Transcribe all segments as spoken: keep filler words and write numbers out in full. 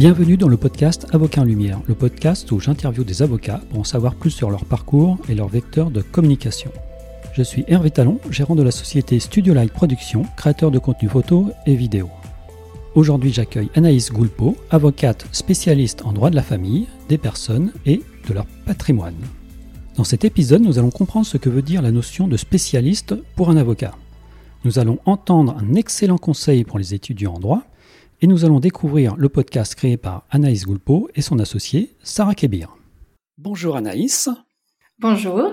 Bienvenue dans le podcast Avocats en Lumière, le podcast où j'interviewe des avocats pour en savoir plus sur leur parcours et leur vecteur de communication. Je suis Hervé Talon, gérant de la société Studio Light Production, créateur de contenu photo et vidéo. Aujourd'hui, j'accueille Anaïs Goulpeau, avocate spécialiste en droit de la famille, des personnes et de leur patrimoine. Dans cet épisode, nous allons comprendre ce que veut dire la notion de spécialiste pour un avocat. Nous allons entendre un excellent conseil pour les étudiants en droit et nous allons découvrir le podcast créé par Anaïs Goulpeau et son associée Sarah Kébir. Bonjour Anaïs. Bonjour.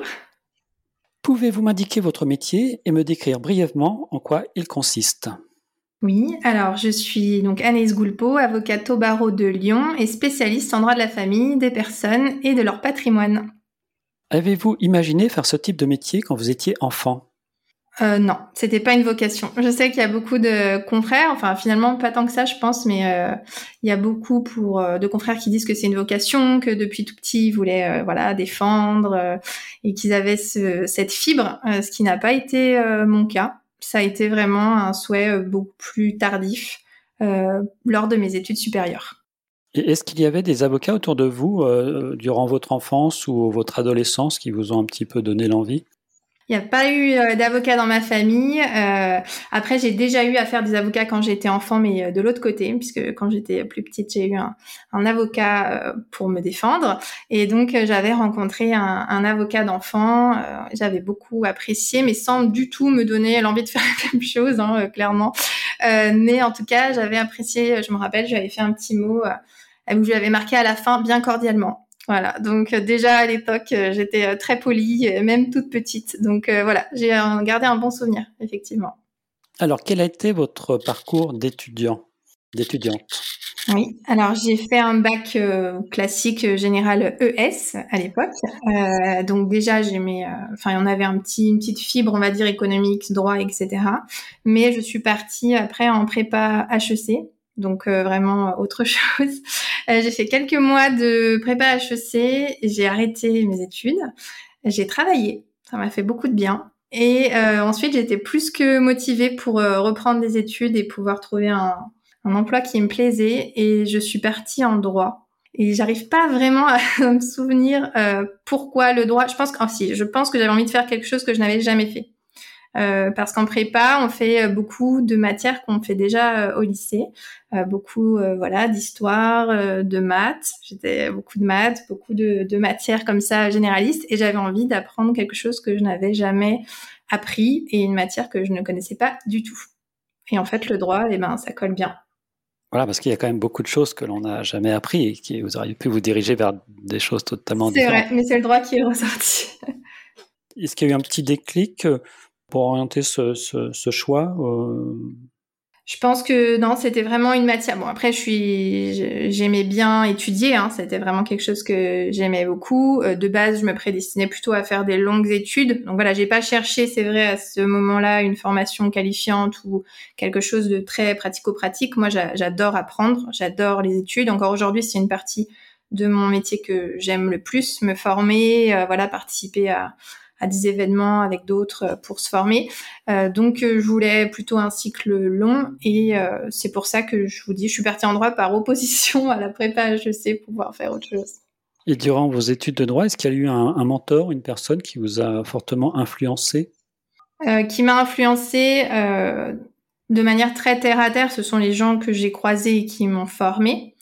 Pouvez-vous m'indiquer votre métier et me décrire brièvement en quoi il consiste ? Oui, alors je suis donc Anaïs Goulpeau, avocate au barreau de Lyon et spécialiste en droit de la famille, des personnes et de leur patrimoine. Avez-vous imaginé faire ce type de métier quand vous étiez enfant ? Euh, non, c'était pas une vocation. Je sais qu'il y a beaucoup de confrères, enfin finalement pas tant que ça je pense, mais euh, il y a beaucoup pour euh, de confrères qui disent que c'est une vocation, que depuis tout petit ils voulaient euh, voilà défendre euh, et qu'ils avaient ce, cette fibre, euh, ce qui n'a pas été euh, mon cas. Ça a été vraiment un souhait euh, beaucoup plus tardif euh, lors de mes études supérieures. Et est-ce qu'il y avait des avocats autour de vous euh, durant votre enfance ou votre adolescence qui vous ont un petit peu donné l'envie ? Il n'y a pas eu euh, d'avocat dans ma famille. Euh, après, j'ai déjà eu à faire des avocats quand j'étais enfant, mais euh, de l'autre côté, puisque quand j'étais plus petite, j'ai eu un, un avocat euh, pour me défendre. Et donc, euh, j'avais rencontré un, un avocat d'enfant. Euh, j'avais beaucoup apprécié, mais sans du tout me donner l'envie de faire la même chose, hein, euh, clairement. Euh, mais en tout cas, j'avais apprécié, je me rappelle, j'avais fait un petit mot euh, où je l'avais marqué à la fin, bien cordialement. Voilà, donc euh, déjà à l'époque, euh, j'étais euh, très polie, euh, même toute petite. Donc euh, voilà, j'ai euh, gardé un bon souvenir, effectivement. Alors, quel a été votre parcours d'étudiant, d'étudiante ? Oui, alors j'ai fait un bac euh, classique euh, général E S à l'époque. Euh, donc déjà, j'aimais, enfin, euh, on avait un petit, une petite fibre, on va dire, économique, droit, et cetera. Mais je suis partie après en prépa H E C. Donc euh, vraiment autre chose. Euh, j'ai fait quelques mois de prépa H E C, j'ai arrêté mes études, j'ai travaillé, ça m'a fait beaucoup de bien. Et euh, ensuite, j'étais plus que motivée pour euh, reprendre des études et pouvoir trouver un, un emploi qui me plaisait. Et je suis partie en droit. Et j'arrive pas vraiment à me souvenir euh, pourquoi le droit. Je pense que, oh, si, je pense que j'avais envie de faire quelque chose que je n'avais jamais fait. Euh, parce qu'en prépa, on fait beaucoup de matières qu'on fait déjà euh, au lycée, euh, beaucoup euh, voilà d'histoire, euh, de maths. J'étais beaucoup de maths, beaucoup de, de matières comme ça généralistes, et j'avais envie d'apprendre quelque chose que je n'avais jamais appris et une matière que je ne connaissais pas du tout. Et en fait, le droit, eh ben, ça colle bien. Voilà, parce qu'il y a quand même beaucoup de choses que l'on n'a jamais appris et qui vous auriez pu vous diriger vers des choses totalement c'est différentes. C'est vrai, mais c'est le droit qui est ressorti. Est-ce qu'il y a eu un petit déclic pour orienter ce, ce, ce choix euh... Je pense que non, c'était vraiment une matière. Bon, après, je suis, j'aimais bien étudier. Hein, c'était vraiment quelque chose que j'aimais beaucoup. Euh, de base, je me prédestinais plutôt à faire des longues études. Donc voilà, j'ai pas cherché, c'est vrai, à ce moment-là, une formation qualifiante ou quelque chose de très pratico-pratique. Moi, j'a, j'adore apprendre, j'adore les études. Encore aujourd'hui, c'est une partie de mon métier que j'aime le plus, me former, euh, voilà, participer à à des événements avec d'autres pour se former. Euh, donc, euh, je voulais plutôt un cycle long et euh, c'est pour ça que je vous dis, je suis partie en droit par opposition à la prépa H E C pour pouvoir faire autre chose. Et durant vos études de droit, est-ce qu'il y a eu un, un mentor, une personne qui vous a fortement influencé ? euh, Qui m'a influencée euh, de manière très terre-à-terre, ce sont les gens que j'ai croisés et qui m'ont formée.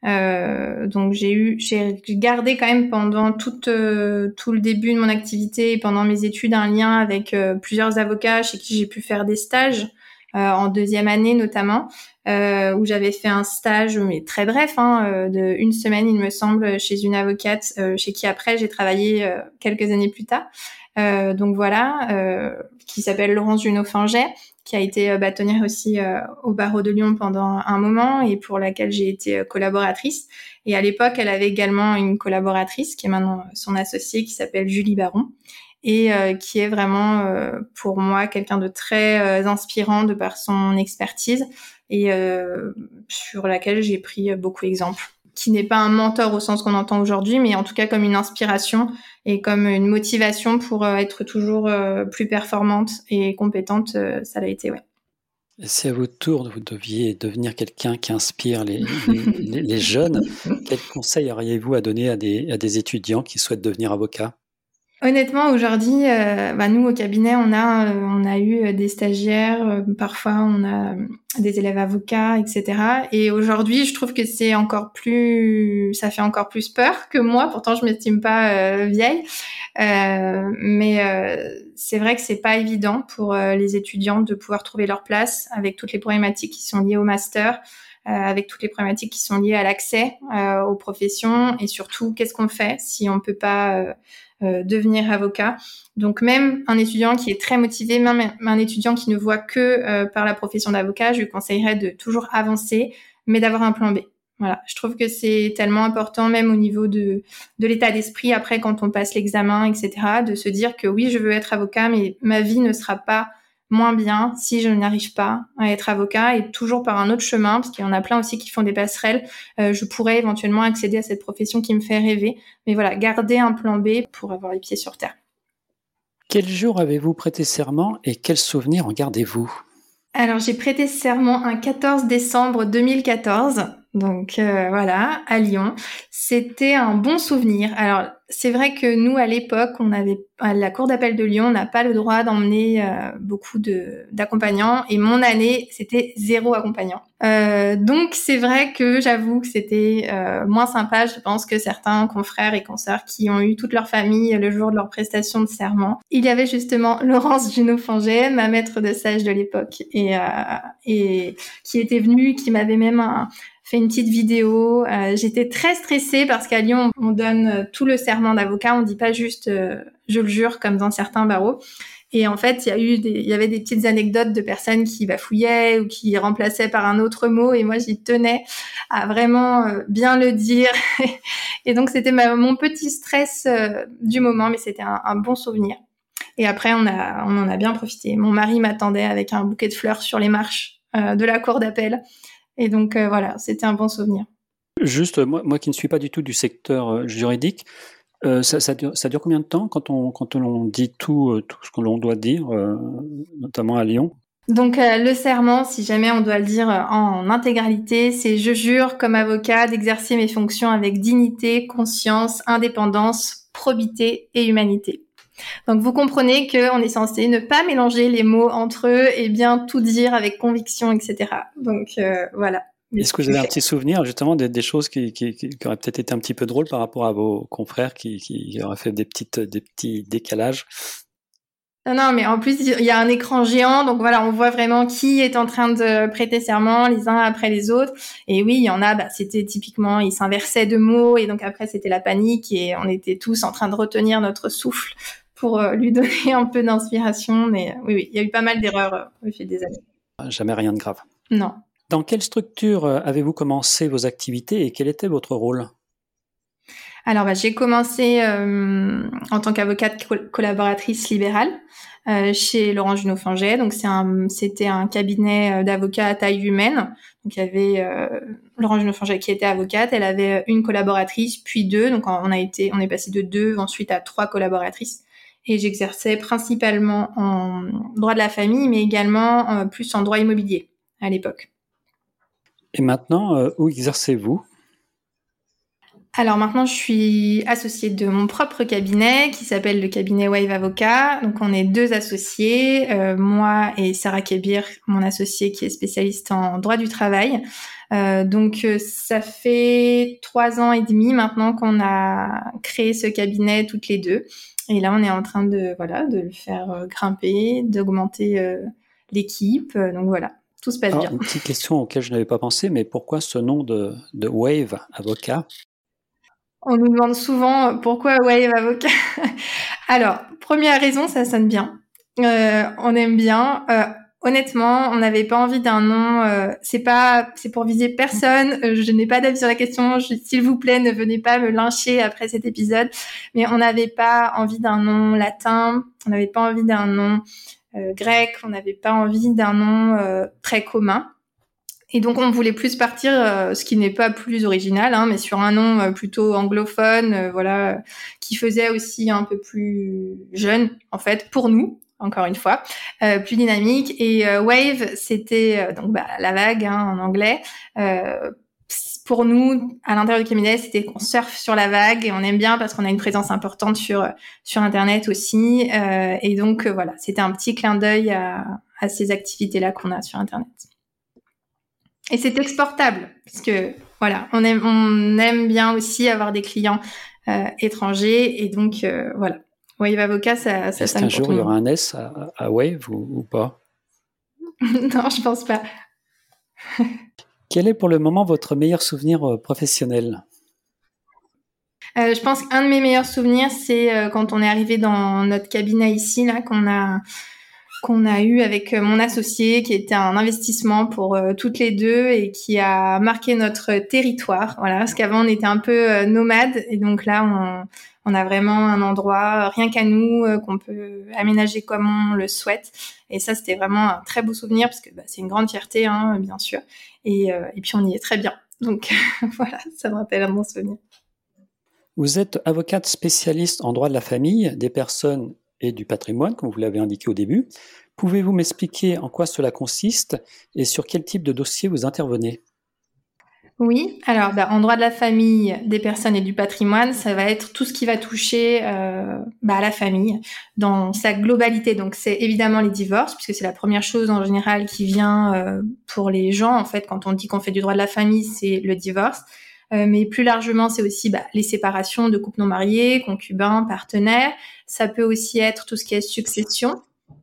Euh, donc j'ai eu, j'ai gardé quand même pendant tout euh, tout le début de mon activité et pendant mes études un lien avec euh, plusieurs avocats chez qui j'ai pu faire des stages euh, en deuxième année notamment, euh, où j'avais fait un stage mais très bref, hein, euh, de une semaine il me semble chez une avocate euh, chez qui après j'ai travaillé euh, quelques années plus tard. Euh, donc voilà, euh, qui s'appelle Laurence Junot-Finget, qui a été bâtonnière aussi euh, au barreau de Lyon pendant un moment et pour laquelle j'ai été euh, collaboratrice. Et à l'époque, elle avait également une collaboratrice qui est maintenant son associée, qui s'appelle Julie Baron et euh, qui est vraiment euh, pour moi quelqu'un de très euh, inspirant de par son expertise et euh, sur laquelle j'ai pris beaucoup d'exemples. Qui n'est pas un mentor au sens qu'on entend aujourd'hui, mais en tout cas comme une inspiration et comme une motivation pour être toujours plus performante et compétente, ça l'a été, ouais. Et si à votre tour, vous deviez devenir quelqu'un qui inspire les, les, les jeunes, quels conseils auriez-vous à donner à des, à des étudiants qui souhaitent devenir avocats ? Honnêtement, aujourd'hui, euh, bah, nous au cabinet, on a euh, on a eu des stagiaires, euh, parfois on a des élèves avocats, et cetera. Et aujourd'hui, je trouve que c'est encore plus, ça fait encore plus peur que moi. Pourtant, je m'estime pas euh, vieille, euh, mais euh, c'est vrai que c'est pas évident pour euh, les étudiants de pouvoir trouver leur place avec toutes les problématiques qui sont liées au master. Euh, avec toutes les problématiques qui sont liées à l'accès euh, aux professions et surtout qu'est-ce qu'on fait si on peut pas euh, euh, devenir avocat. Donc même un étudiant qui est très motivé, même un étudiant qui ne voit que euh, par la profession d'avocat, je lui conseillerais de toujours avancer, mais d'avoir un plan B. Voilà, je trouve que c'est tellement important, même au niveau de de l'état d'esprit après quand on passe l'examen, et cetera, de se dire que oui, je veux être avocat, mais ma vie ne sera pas moins bien si je n'arrive pas à être avocat et toujours par un autre chemin, parce qu'il y en a plein aussi qui font des passerelles, euh, je pourrais éventuellement accéder à cette profession qui me fait rêver. Mais voilà, garder un plan B pour avoir les pieds sur terre. Quel jour avez-vous prêté serment et quels souvenirs en gardez-vous ? Alors, j'ai prêté serment un quatorze décembre deux mille quatorze. Donc euh, voilà, à Lyon. C'était un bon souvenir. Alors, c'est vrai que nous, à l'époque, on avait à la cour d'appel de Lyon, on n'a pas le droit d'emmener euh, beaucoup de d'accompagnants. Et mon année, c'était zéro accompagnant. Euh, donc, c'est vrai que j'avoue que c'était euh, moins sympa, je pense, que certains confrères et consoeurs qui ont eu toute leur famille le jour de leur prestation de serment. Il y avait justement Laurence Junot-Fanget, ma maître de stage de l'époque, et, euh, et qui était venue, qui m'avait même un, fait une petite vidéo. Euh, j'étais très stressée parce qu'à Lyon, on donne tout le serment d'avocat. On dit pas juste euh, « je le jure » comme dans certains barreaux. Et en fait, il y a eu des, il y avait des petites anecdotes de personnes qui bafouillaient ou qui remplaçaient par un autre mot. Et moi, j'y tenais à vraiment euh, bien le dire. Et donc, c'était ma, mon petit stress euh, du moment, mais c'était un, un bon souvenir. Et après, on a, on en a bien profité. Mon mari m'attendait avec un bouquet de fleurs sur les marches euh, de la cour d'appel. Et donc, euh, voilà, c'était un bon souvenir. Juste, moi, moi qui ne suis pas du tout du secteur euh, juridique, euh, ça, ça, dure, ça dure combien de temps quand on, quand on dit tout, euh, tout ce que l'on doit dire, euh, notamment à Lyon ? Donc, euh, le serment, si jamais on doit le dire en intégralité, c'est « Je jure comme avocat d'exercer mes fonctions avec dignité, conscience, indépendance, probité et humanité ». Donc, vous comprenez qu'on est censé ne pas mélanger les mots entre eux et bien tout dire avec conviction, et cetera. Donc, euh, voilà. Est-ce que vous avez un petit souvenir justement des, des choses qui, qui, qui, qui auraient peut-être été un petit peu drôles par rapport à vos confrères qui, qui auraient fait des, petites, des petits décalages ? Non, non, mais en plus, il y a un écran géant, donc voilà, on voit vraiment qui est en train de prêter serment les uns après les autres. Et oui, il y en a, bah, c'était typiquement, ils s'inversaient de mots, et donc après, c'était la panique, et on était tous en train de retenir notre souffle pour euh, lui donner un peu d'inspiration. Mais euh, oui, oui, il y a eu pas mal d'erreurs euh, au fil des années. Jamais rien de grave. Non. Dans quelle structure avez-vous commencé vos activités et quel était votre rôle ? Alors, bah, j'ai commencé euh, en tant qu'avocate co- collaboratrice libérale euh, chez Laurence Junot-Fanget. Donc, c'est un, c'était un cabinet d'avocats à taille humaine. Donc, il y avait euh, Laurence Junot-Fanget qui était avocate. Elle avait une collaboratrice, puis deux. Donc, on a été, on est passé de deux ensuite à trois collaboratrices. Et j'exerçais principalement en droit de la famille, mais également euh, plus en droit immobilier à l'époque. Et maintenant, euh, où exercez-vous ? Alors maintenant, je suis associée de mon propre cabinet qui s'appelle le cabinet Wave Avocat. Donc on est deux associés, euh, moi et Sarah Kébir, mon associée qui est spécialiste en droit du travail. Euh, donc ça fait trois ans et demi maintenant qu'on a créé ce cabinet toutes les deux. Et là, on est en train de voilà de le faire grimper, d'augmenter euh, l'équipe. Donc voilà. Tout se passe Alors, bien. une petite question auquel je n'avais pas pensé, mais pourquoi ce nom de, de Wave Avocat ? On nous demande souvent pourquoi Wave Avocat. Alors, première raison, ça sonne bien. Euh, on aime bien. Euh, honnêtement, on n'avait pas envie d'un nom. Euh, c'est pas, c'est pour viser personne. Euh, je n'ai pas d'avis sur la question. Je, s'il vous plaît, ne venez pas me lyncher après cet épisode. Mais on n'avait pas envie d'un nom latin. On n'avait pas envie d'un nom euh, grec. On n'avait pas envie d'un nom euh, très commun. Et donc, on voulait plus partir, euh, ce qui n'est pas plus original, hein, mais sur un nom euh, plutôt anglophone, euh, voilà, qui faisait aussi un peu plus jeune, en fait, pour nous. encore une fois, euh, plus dynamique. Et euh, wave, c'était euh, donc bah, la vague hein, en anglais. Euh, pour nous, à l'intérieur du cabinet, c'était qu'on surfe sur la vague et on aime bien parce qu'on a une présence importante sur sur Internet aussi. Euh, et donc euh, voilà, c'était un petit clin d'œil à, à ces activités-là qu'on a sur Internet. Et c'est exportable parce que voilà, on aime on aime bien aussi avoir des clients euh, étrangers et donc euh, voilà. Wave Avocat, ça, ça Est-ce qu'un jour il y aura un S à, à Wave ou, ou pas? Non, je pense pas. Quel est pour le moment votre meilleur souvenir professionnel? Euh, je pense qu'un de mes meilleurs souvenirs, c'est euh, quand on est arrivé dans notre cabinet ici, là, qu'on a qu'on a eu avec mon associé, qui était un investissement pour euh, toutes les deux et qui a marqué notre territoire. Voilà, parce qu'avant on était un peu euh, nomades et donc là on on a vraiment un endroit rien qu'à nous euh, qu'on peut aménager comme on le souhaite. Et ça c'était vraiment un très beau souvenir parce que bah, c'est une grande fierté, hein, bien sûr. Et euh, et puis on y est très bien. Donc voilà, ça me rappelle un bon souvenir. Vous êtes avocate spécialiste en droit de la famille, des personnes et du patrimoine, comme vous l'avez indiqué au début. Pouvez-vous m'expliquer en quoi cela consiste et sur quel type de dossier vous intervenez? Oui, alors bah, en droit de la famille, des personnes et du patrimoine, ça va être tout ce qui va toucher euh, bah, à la famille dans sa globalité. Donc c'est évidemment les divorces, puisque c'est la première chose en général qui vient euh, pour les gens. En fait, quand on dit qu'on fait du droit de la famille, c'est le divorce. Euh, mais plus largement, c'est aussi bah, les séparations de couples non mariés, concubins, partenaires. Ça peut aussi être tout ce qui est succession.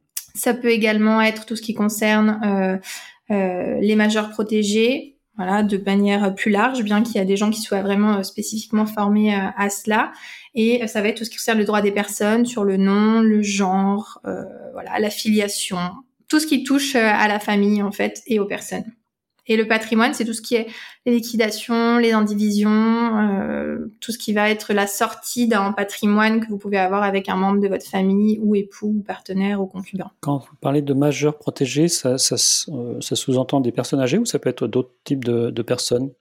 Ça peut également être tout ce qui concerne euh, euh, les majeurs protégés, voilà, de manière plus large, bien qu'il y a des gens qui soient vraiment euh, spécifiquement formés euh, à cela. Et euh, ça va être tout ce qui concerne le droit des personnes sur le nom, le genre, euh, voilà, la filiation, tout ce qui touche euh, à la famille en fait et aux personnes. Et le patrimoine, c'est tout ce qui est les liquidations, les indivisions, euh, tout ce qui va être la sortie d'un patrimoine que vous pouvez avoir avec un membre de votre famille ou époux, ou partenaire ou concubin. Quand vous parlez de majeurs protégés, ça, ça, euh, ça sous-entend des personnes âgées ou ça peut être d'autres types de, de personnes?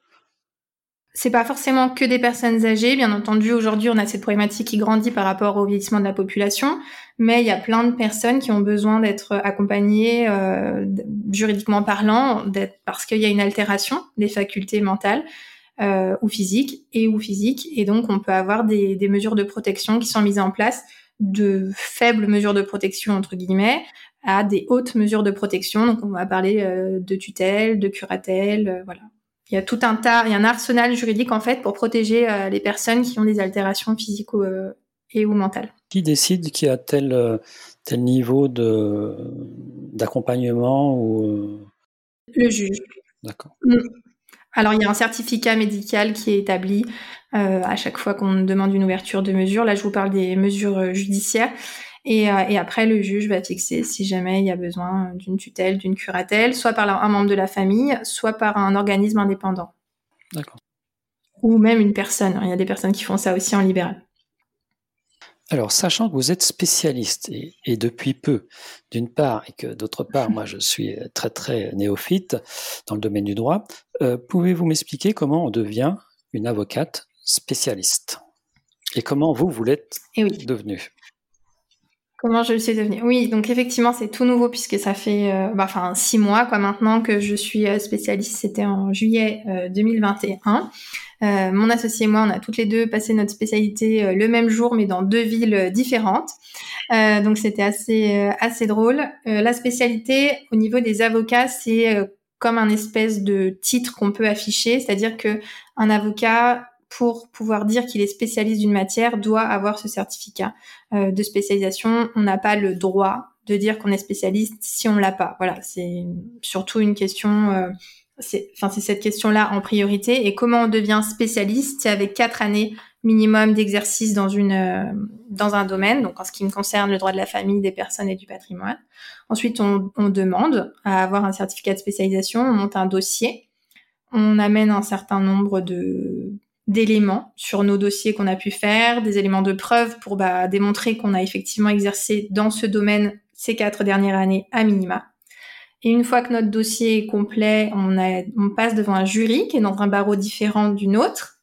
C'est pas forcément que des personnes âgées. Bien entendu, aujourd'hui, on a cette problématique qui grandit par rapport au vieillissement de la population, mais il y a plein de personnes qui ont besoin d'être accompagnées euh, juridiquement parlant, d'être, parce qu'il y a une altération des facultés mentales euh, ou physiques et ou physiques, et donc on peut avoir des, des mesures de protection qui sont mises en place, de faibles mesures de protection entre guillemets à des hautes mesures de protection. Donc on va parler euh, de tutelle, de curatelle, euh, voilà. Il y a tout un tas, il y a un arsenal juridique en fait pour protéger euh, les personnes qui ont des altérations physiques ou, euh, et ou mentales. Qui décide qu'il y a tel, tel niveau de, d'accompagnement ou... Le juge. D'accord. Alors il y a un certificat médical qui est établi euh, à chaque fois qu'on demande une ouverture de mesure. Là je vous parle des mesures judiciaires. Et, euh, et après, le juge va fixer si jamais il y a besoin d'une tutelle, d'une curatelle, soit par un membre de la famille, soit par un organisme indépendant. D'accord. Ou même une personne. Il y a des personnes qui font ça aussi en libéral. Alors, sachant que vous êtes spécialiste, et, et depuis peu, d'une part, et que d'autre part, moi, je suis très, très néophyte dans le domaine du droit, euh, pouvez-vous m'expliquer comment on devient une avocate spécialiste? Et comment vous, vous l'êtes et oui. devenue? Comment je le suis devenue? Oui, donc effectivement, c'est tout nouveau puisque ça fait euh, bah, enfin six mois quoi maintenant que je suis spécialiste. C'était en juillet euh, deux mille vingt et un. Euh, mon associé et moi, on a toutes les deux passé notre spécialité euh, le même jour, mais dans deux villes différentes. Euh, donc c'était assez euh, assez drôle. Euh, la spécialité au niveau des avocats, c'est euh, comme un espèce de titre qu'on peut afficher, c'est-à-dire que un avocat, pour pouvoir dire qu'il est spécialiste d'une matière, doit avoir ce certificat euh, de spécialisation. On n'a pas le droit de dire qu'on est spécialiste si on l'a pas. Voilà, c'est surtout une question. Euh, c'est, enfin, c'est cette question-là en priorité. Et comment on devient spécialiste? C'est avec quatre années minimum d'exercice dans une euh, dans un domaine. Donc, en ce qui me concerne, le droit de la famille, des personnes et du patrimoine. Ensuite, on, on demande à avoir un certificat de spécialisation. On monte un dossier. On amène un certain nombre de d'éléments sur nos dossiers qu'on a pu faire, des éléments de preuve pour bah, démontrer qu'on a effectivement exercé dans ce domaine ces quatre dernières années à minima. Et une fois que notre dossier est complet, on, a, on passe devant un jury qui est dans un barreau différent du nôtre,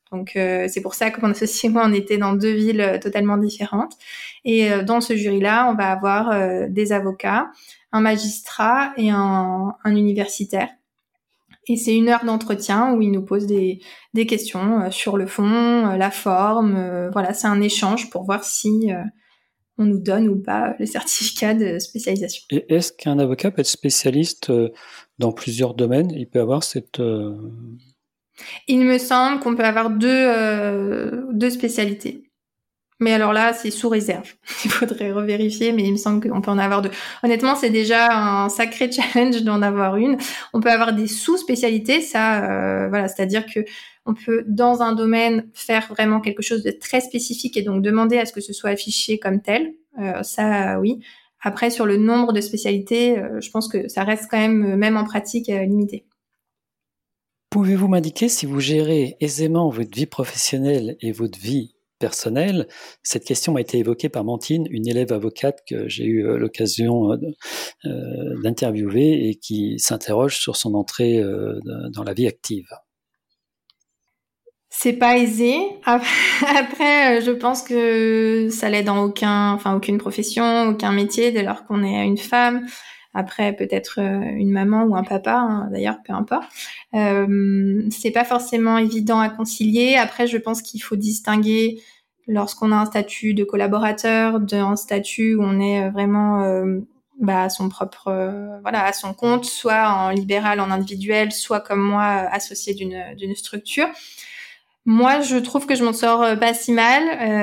Donc euh, c'est pour ça que mon associé et moi on était dans deux villes euh, totalement différentes. Et euh, dans ce jury-là, on va avoir euh, des avocats, un magistrat et un, un universitaire. Et c'est une heure d'entretien où ils nous posent des, des questions euh, sur le fond, euh, la forme. Euh, voilà, c'est un échange pour voir si euh, on nous donne ou pas le certificat de spécialisation. Et est-ce qu'un avocat peut être spécialiste dans plusieurs domaines? Il peut avoir cette... Euh... Il me semble qu'on peut avoir deux, euh, deux spécialités. Mais alors là, c'est sous réserve. Il faudrait revérifier, mais il me semble qu'on peut en avoir deux. Honnêtement, c'est déjà un sacré challenge d'en avoir une. On peut avoir des sous-spécialités, ça, euh, voilà, c'est-à-dire que on peut, dans un domaine, faire vraiment quelque chose de très spécifique et donc demander à ce que ce soit affiché comme tel. Euh, ça, oui. Après, sur le nombre de spécialités, euh, je pense que ça reste quand même, même en pratique, euh, limité. Pouvez-vous m'indiquer si vous gérez aisément votre vie professionnelle et votre vie personnelle? Cette question m'a été évoquée par Mantine, une élève avocate que j'ai eu l'occasion euh, d'interviewer et qui s'interroge sur son entrée euh, dans la vie active. C'est pas aisé. Après, je pense que ça l'aide dans aucun, enfin aucune profession, aucun métier dès lors qu'on est une femme. Après, peut-être une maman ou un papa, hein, d'ailleurs, peu importe. Euh, c'est pas forcément évident à concilier. Après, je pense qu'il faut distinguer lorsqu'on a un statut de collaborateur d'un statut où on est vraiment euh, bah, à son propre, euh, voilà, à son compte, soit en libéral, en individuel, soit comme moi, associé d'une d'une structure. Moi, je trouve que je m'en sors pas si mal,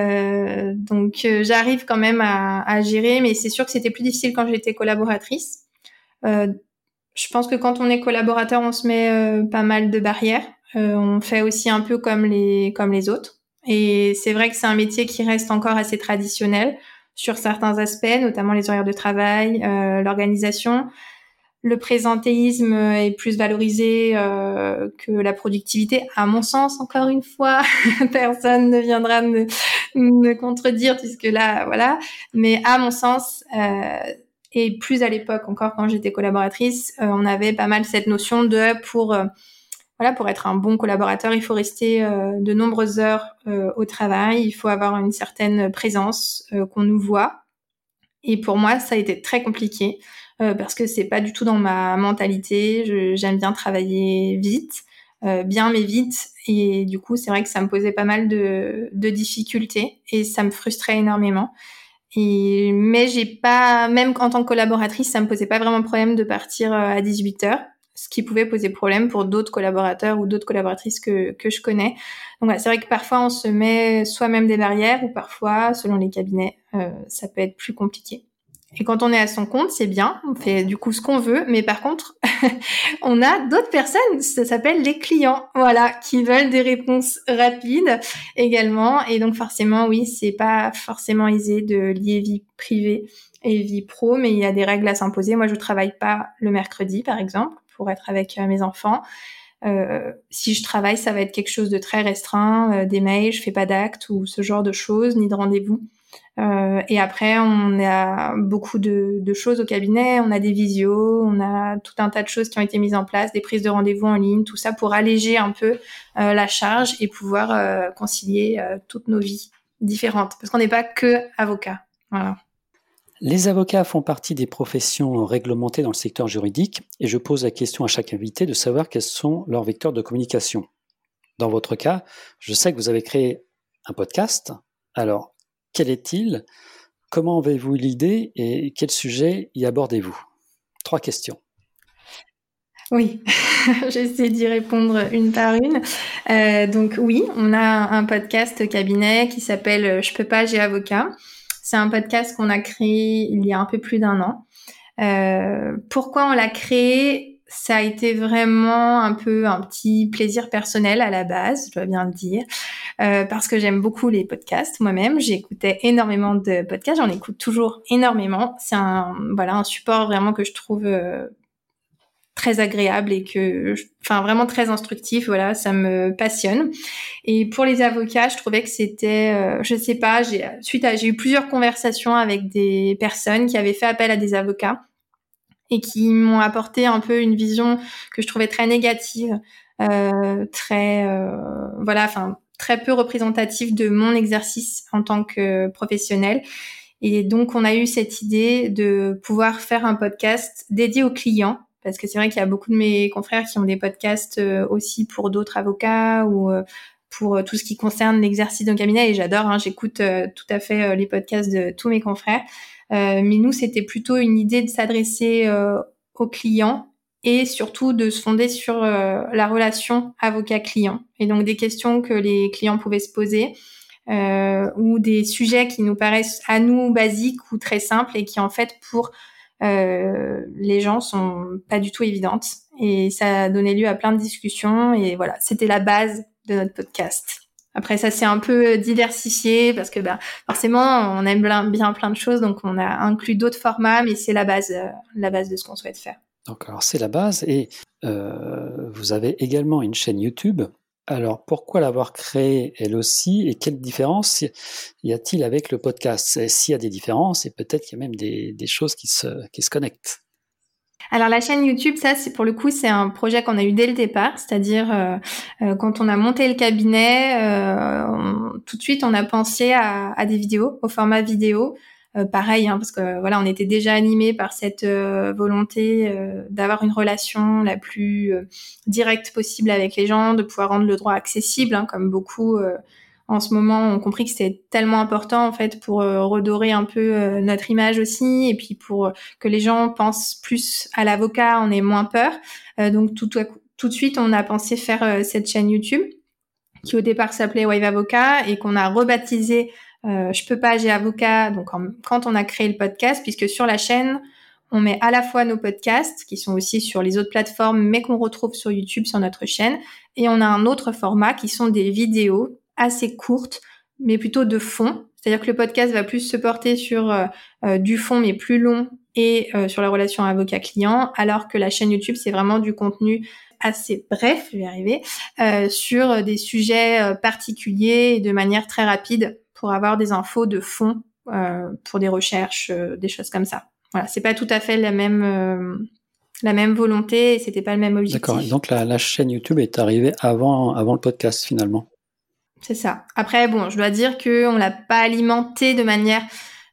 euh, donc euh, j'arrive quand même à, à gérer, mais c'est sûr que c'était plus difficile quand j'étais collaboratrice. Euh, je pense que quand on est collaborateur, on se met euh, pas mal de barrières. Euh, on fait aussi un peu comme les comme les autres, et c'est vrai que c'est un métier qui reste encore assez traditionnel sur certains aspects, notamment les horaires de travail, euh, l'organisation. Le présentéisme est plus valorisé euh, que la productivité, à mon sens, encore une fois. Personne ne viendra me, me contredire puisque là, voilà. Mais à mon sens, euh, et plus à l'époque encore quand j'étais collaboratrice, euh, on avait pas mal cette notion de pour euh, voilà pour être un bon collaborateur, il faut rester euh, de nombreuses heures euh, au travail, il faut avoir une certaine présence, euh, qu'on nous voit. Et pour moi, ça a été très compliqué. Euh, parce que c'est pas du tout dans ma mentalité. Je, j'aime bien travailler vite, euh, bien mais vite, et du coup c'est vrai que ça me posait pas mal de, de difficultés et ça me frustrait énormément. Et mais j'ai pas, même en tant que collaboratrice, ça me posait pas vraiment problème de partir à dix-huit heures, ce qui pouvait poser problème pour d'autres collaborateurs ou d'autres collaboratrices que que je connais. Donc voilà, c'est vrai que parfois on se met soi-même des barrières ou parfois, selon les cabinets, euh, ça peut être plus compliqué. Et quand on est à son compte, c'est bien, on fait du coup ce qu'on veut, mais par contre, on a d'autres personnes, ça s'appelle les clients, voilà, qui veulent des réponses rapides également. Et donc forcément, oui, c'est pas forcément aisé de lier vie privée et vie pro, mais il y a des règles à s'imposer. Moi, je travaille pas le mercredi, par exemple, pour être avec mes enfants. Euh, si je travaille, ça va être quelque chose de très restreint, euh, des mails, je fais pas d'actes ou ce genre de choses, ni de rendez-vous. Euh, et après, on a beaucoup de, de choses au cabinet. On a des visios, on a tout un tas de choses qui ont été mises en place, des prises de rendez-vous en ligne, tout ça pour alléger un peu euh, la charge et pouvoir euh, concilier euh, toutes nos vies différentes. Parce qu'on n'est pas que avocat. Voilà. Les avocats font partie des professions réglementées dans le secteur juridique et je pose la question à chaque invité de savoir quels sont leurs vecteurs de communication. Dans votre cas, je sais que vous avez créé un podcast. Alors, quel est-il? Comment avez-vous l'idée et quel sujet y abordez-vous? Trois questions. Oui, j'essaie d'y répondre une par une. Euh, donc oui, on a un podcast cabinet qui s'appelle Je peux pas, j'ai avocat. C'est un podcast qu'on a créé il y a un peu plus d'un an. Euh, pourquoi on l'a créé? Ça a été vraiment un peu un petit plaisir personnel à la base, je dois bien le dire, euh, parce que j'aime beaucoup les podcasts moi-même. J'écoutais énormément de podcasts, j'en écoute toujours énormément. C'est un voilà un support vraiment que je trouve euh, très agréable et que, enfin vraiment très instructif. Voilà, ça me passionne. Et pour les avocats, je trouvais que c'était, euh, je sais pas, j'ai suite à j'ai eu plusieurs conversations avec des personnes qui avaient fait appel à des avocats et qui m'ont apporté un peu une vision que je trouvais très négative, euh, très, euh, voilà, enfin très peu représentatif de mon exercice en tant que professionnel. Et donc, on a eu cette idée de pouvoir faire un podcast dédié aux clients, parce que c'est vrai qu'il y a beaucoup de mes confrères qui ont des podcasts euh, aussi pour d'autres avocats ou euh, pour euh, tout ce qui concerne l'exercice d'un cabinet. Et j'adore, hein, j'écoute euh, tout à fait euh, les podcasts de tous mes confrères. Euh, mais nous, c'était plutôt une idée de s'adresser euh, aux clients et surtout de se fonder sur euh, la relation avocat-client. Et donc, des questions que les clients pouvaient se poser. Euh, ou des sujets qui nous paraissent à nous basiques ou très simples et qui en fait pour euh, les gens sont pas du tout évidentes, et ça a donné lieu à plein de discussions et voilà, c'était la base de notre podcast. Après ça s'est un peu diversifié parce que bah, forcément on aime bien plein de choses, donc on a inclus d'autres formats, mais c'est la base, euh, la base de ce qu'on souhaite faire. Donc alors c'est la base, et euh, vous avez également une chaîne YouTube. Alors, pourquoi l'avoir créée elle aussi, et quelle différence y a-t-il avec le podcast? S'il y a des différences, et peut-être qu'il y a même des, des choses qui se, qui se connectent. Alors la chaîne YouTube, ça c'est pour le coup c'est un projet qu'on a eu dès le départ, c'est-à-dire euh, euh, quand on a monté le cabinet, euh, on, tout de suite on a pensé à, à des vidéos, au format vidéo. Euh, pareil, hein, parce que voilà, on était déjà animés par cette euh, volonté euh, d'avoir une relation la plus euh, directe possible avec les gens, de pouvoir rendre le droit accessible, hein, comme beaucoup euh, en ce moment ont compris que c'était tellement important en fait pour euh, redorer un peu euh, notre image aussi, et puis pour euh, que les gens pensent plus à l'avocat, on ait moins peur. Euh, donc tout, tout de suite, on a pensé faire euh, cette chaîne YouTube qui au départ s'appelait Wave Avocat et qu'on a rebaptisé Euh, je peux pas, j'ai avocat. Donc, en, quand on a créé le podcast, puisque sur la chaîne, on met à la fois nos podcasts, qui sont aussi sur les autres plateformes, mais qu'on retrouve sur YouTube, sur notre chaîne, et on a un autre format qui sont des vidéos assez courtes, mais plutôt de fond. C'est-à-dire que le podcast va plus se porter sur euh, euh, du fond, mais plus long, et euh, sur la relation avocat-client, alors que la chaîne YouTube, c'est vraiment du contenu assez bref, je vais y arriver, euh, sur des sujets euh, particuliers et de manière très rapide, pour avoir des infos de fond euh, pour des recherches, euh, des choses comme ça. Voilà, c'est pas tout à fait la même euh, la même volonté et c'était pas le même objectif. D'accord. Et donc la, la chaîne YouTube est arrivée avant avant le podcast finalement. C'est ça. Après, bon, je dois dire que on l'a pas alimenté de manière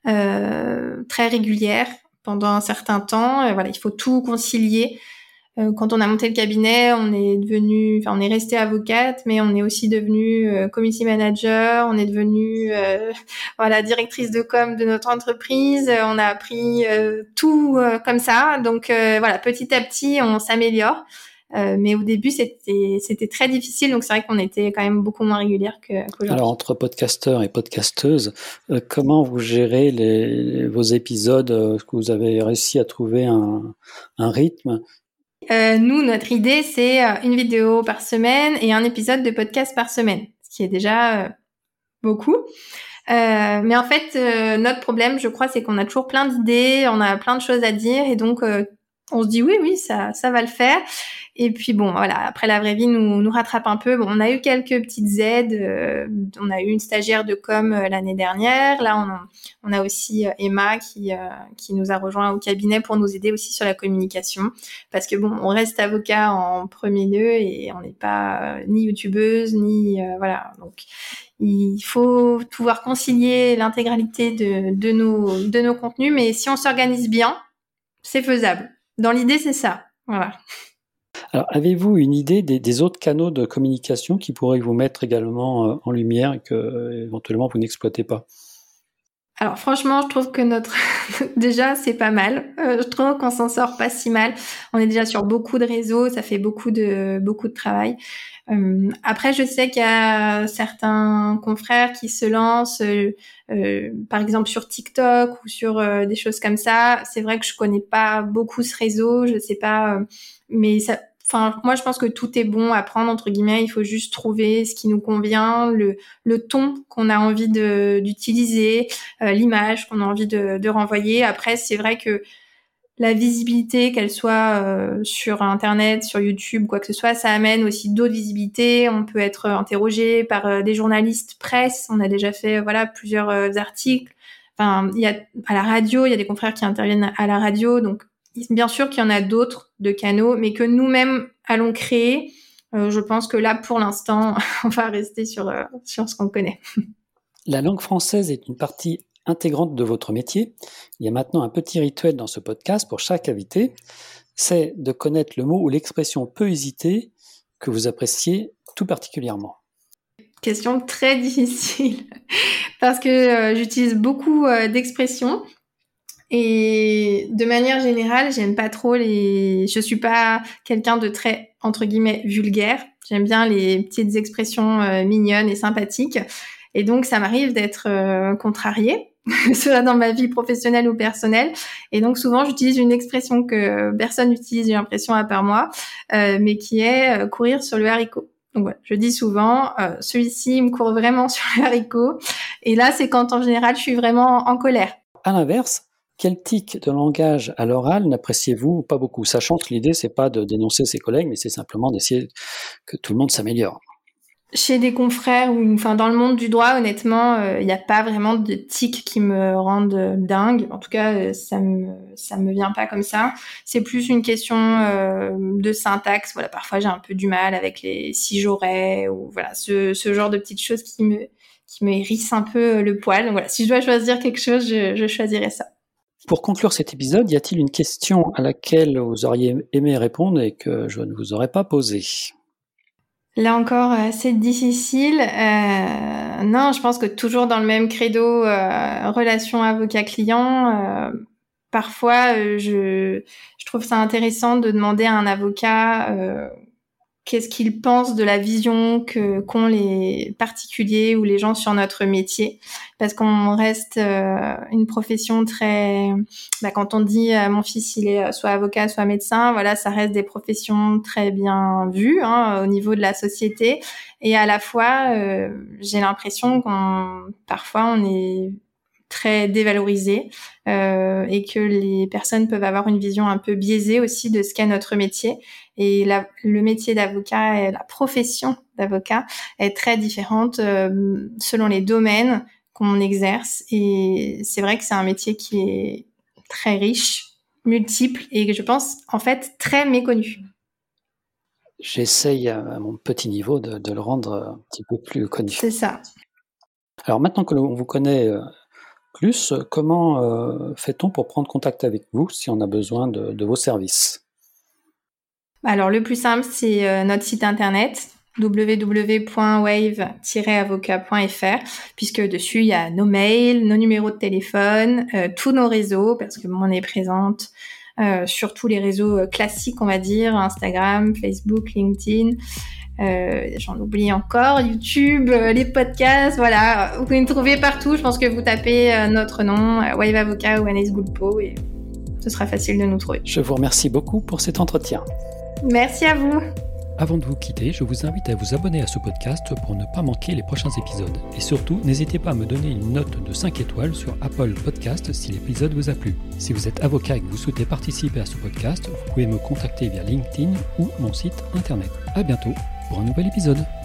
euh, très régulière pendant un certain temps. Euh, voilà, il faut tout concilier. Quand on a monté le cabinet, on est devenu, enfin, on est resté avocate, mais on est aussi devenu euh, community manager, on est devenu, euh, voilà, directrice de com de notre entreprise. On a appris euh, tout euh, comme ça. Donc euh, voilà, petit à petit, on s'améliore. Euh, mais au début, c'était c'était très difficile. Donc c'est vrai qu'on était quand même beaucoup moins régulière que, qu'aujourd'hui. Alors entre podcasteurs et podcasteuses, euh, comment vous gérez les, vos épisodes? Est-ce que vous avez réussi à trouver un, un rythme? Euh, nous, notre idée, c'est une vidéo par semaine et un épisode de podcast par semaine, ce qui est déjà euh, beaucoup. Euh, mais en fait, euh, notre problème, je crois, c'est qu'on a toujours plein d'idées, on a plein de choses à dire, et donc euh, on se dit oui, oui, ça, ça va le faire. Et puis bon, voilà, après la vraie vie nous, nous rattrape un peu. Bon, on a eu quelques petites aides. Euh, on a eu une stagiaire de com euh, l'année dernière. Là, on, on a aussi euh, Emma qui, euh, qui nous a rejoint au cabinet pour nous aider aussi sur la communication. Parce que bon, on reste avocat en premier lieu et on n'est pas euh, ni youtubeuse, ni... Euh, voilà, donc... Il faut pouvoir concilier l'intégralité de, de, nos, de nos contenus, mais si on s'organise bien, c'est faisable. Dans l'idée, c'est ça. Voilà. Alors, avez-vous une idée des, des autres canaux de communication qui pourraient vous mettre également en lumière et que euh, éventuellement vous n'exploitez pas? Alors franchement, je trouve que notre déjà c'est pas mal. Euh, je trouve qu'on s'en sort pas si mal. On est déjà sur beaucoup de réseaux, ça fait beaucoup de beaucoup de travail. Euh, après, je sais qu'il y a certains confrères qui se lancent, euh, euh, par exemple sur TikTok ou sur euh, des choses comme ça. C'est vrai que je connais pas beaucoup ce réseau, je sais pas, euh, mais ça. Enfin, moi, je pense que tout est bon à prendre, entre guillemets. Il faut juste trouver ce qui nous convient, le, le ton qu'on a envie de, d'utiliser, euh, l'image qu'on a envie de, de renvoyer. Après, c'est vrai que la visibilité, qu'elle soit euh, sur Internet, sur YouTube, quoi que ce soit, ça amène aussi d'autres visibilités. On peut être interrogé par euh, des journalistes presse. On a déjà fait euh, voilà plusieurs euh, articles. Enfin, il y a à la radio, il y a des confrères qui interviennent à la radio, donc bien sûr qu'il y en a d'autres de canaux, mais que nous-mêmes allons créer Euh, je pense que là, pour l'instant, on va rester sur, euh, sur ce qu'on connaît. La langue française est une partie intégrante de votre métier. Il y a maintenant un petit rituel dans ce podcast pour chaque invité, c'est de connaître le mot ou l'expression peu hésitée que vous appréciez tout particulièrement. Question très difficile parce que euh, j'utilise beaucoup euh, d'expressions et de manière générale, j'aime pas trop les... Je suis pas quelqu'un de très, entre guillemets, vulgaire. J'aime bien les petites expressions euh, mignonnes et sympathiques. Et donc, ça m'arrive d'être euh, contrariée, soit dans ma vie professionnelle ou personnelle. Et donc, souvent, j'utilise une expression que personne n'utilise, j'ai l'impression, à part moi, euh, mais qui est euh, courir sur le haricot. Donc voilà, je dis souvent, euh, celui-ci il me court vraiment sur le haricot. Et là, c'est quand, en général, je suis vraiment en colère. À l'inverse, quel tic de langage à l'oral n'appréciez-vous pas beaucoup? Sachant que l'idée, c'est pas de dénoncer ses collègues, mais c'est simplement d'essayer que tout le monde s'améliore. Chez des confrères ou enfin dans le monde du droit, honnêtement, il euh, n'y a pas vraiment de tics qui me rendent euh, dingue. En tout cas, euh, ça me ça me vient pas comme ça. C'est plus une question euh, de syntaxe. Voilà, parfois j'ai un peu du mal avec les si j'aurais ou voilà ce ce genre de petites choses qui me qui me hérissent un peu le poil. Donc voilà, si je dois choisir quelque chose, je, je choisirais ça. Pour conclure cet épisode, y a-t-il une question à laquelle vous auriez aimé répondre et que je ne vous aurais pas posée? Là encore, c'est difficile. Euh, non, je pense que toujours dans le même credo, euh, relation avocat-client, euh, parfois, euh, je, je trouve ça intéressant de demander à un avocat euh, qu'est-ce qu'il pense de la vision que qu'ont les particuliers ou les gens sur notre métier, parce qu'on reste euh, une profession très... Bah, quand on dit euh, mon fils il est soit avocat soit médecin, voilà, ça reste des professions très bien vues hein, au niveau de la société, et à la fois euh, j'ai l'impression qu'on parfois on est très dévalorisé euh, et que les personnes peuvent avoir une vision un peu biaisée aussi de ce qu'est notre métier. Et la, le métier d'avocat et la profession d'avocat est très différente euh, selon les domaines qu'on exerce. Et c'est vrai que c'est un métier qui est très riche, multiple et que je pense en fait très méconnu. J'essaye à mon petit niveau de, de le rendre un petit peu plus connu. C'est ça. Alors maintenant que l'on vous connaît plus, comment euh, fait-on pour prendre contact avec vous si on a besoin de, de vos services? Alors le plus simple, c'est euh, notre site internet w w w point wave tiret avocat point f r, puisque dessus il y a nos mails, nos numéros de téléphone, euh, tous nos réseaux, parce que on est présente euh, sur tous les réseaux euh, classiques, on va dire, Instagram, Facebook, LinkedIn. Euh, j'en oublie encore, YouTube, euh, les podcasts, voilà. Vous pouvez nous trouver partout. Je pense que vous tapez euh, notre nom, euh, Wave Avocat ou Anaïs Goulpeau, et ce sera facile de nous trouver. Je vous remercie beaucoup pour cet entretien. Merci à vous. Avant de vous quitter, je vous invite à vous abonner à ce podcast pour ne pas manquer les prochains épisodes. Et surtout, n'hésitez pas à me donner une note de cinq étoiles sur Apple Podcast si l'épisode vous a plu. Si vous êtes avocat et que vous souhaitez participer à ce podcast, vous pouvez me contacter via LinkedIn ou mon site internet. À bientôt pour un nouvel épisode.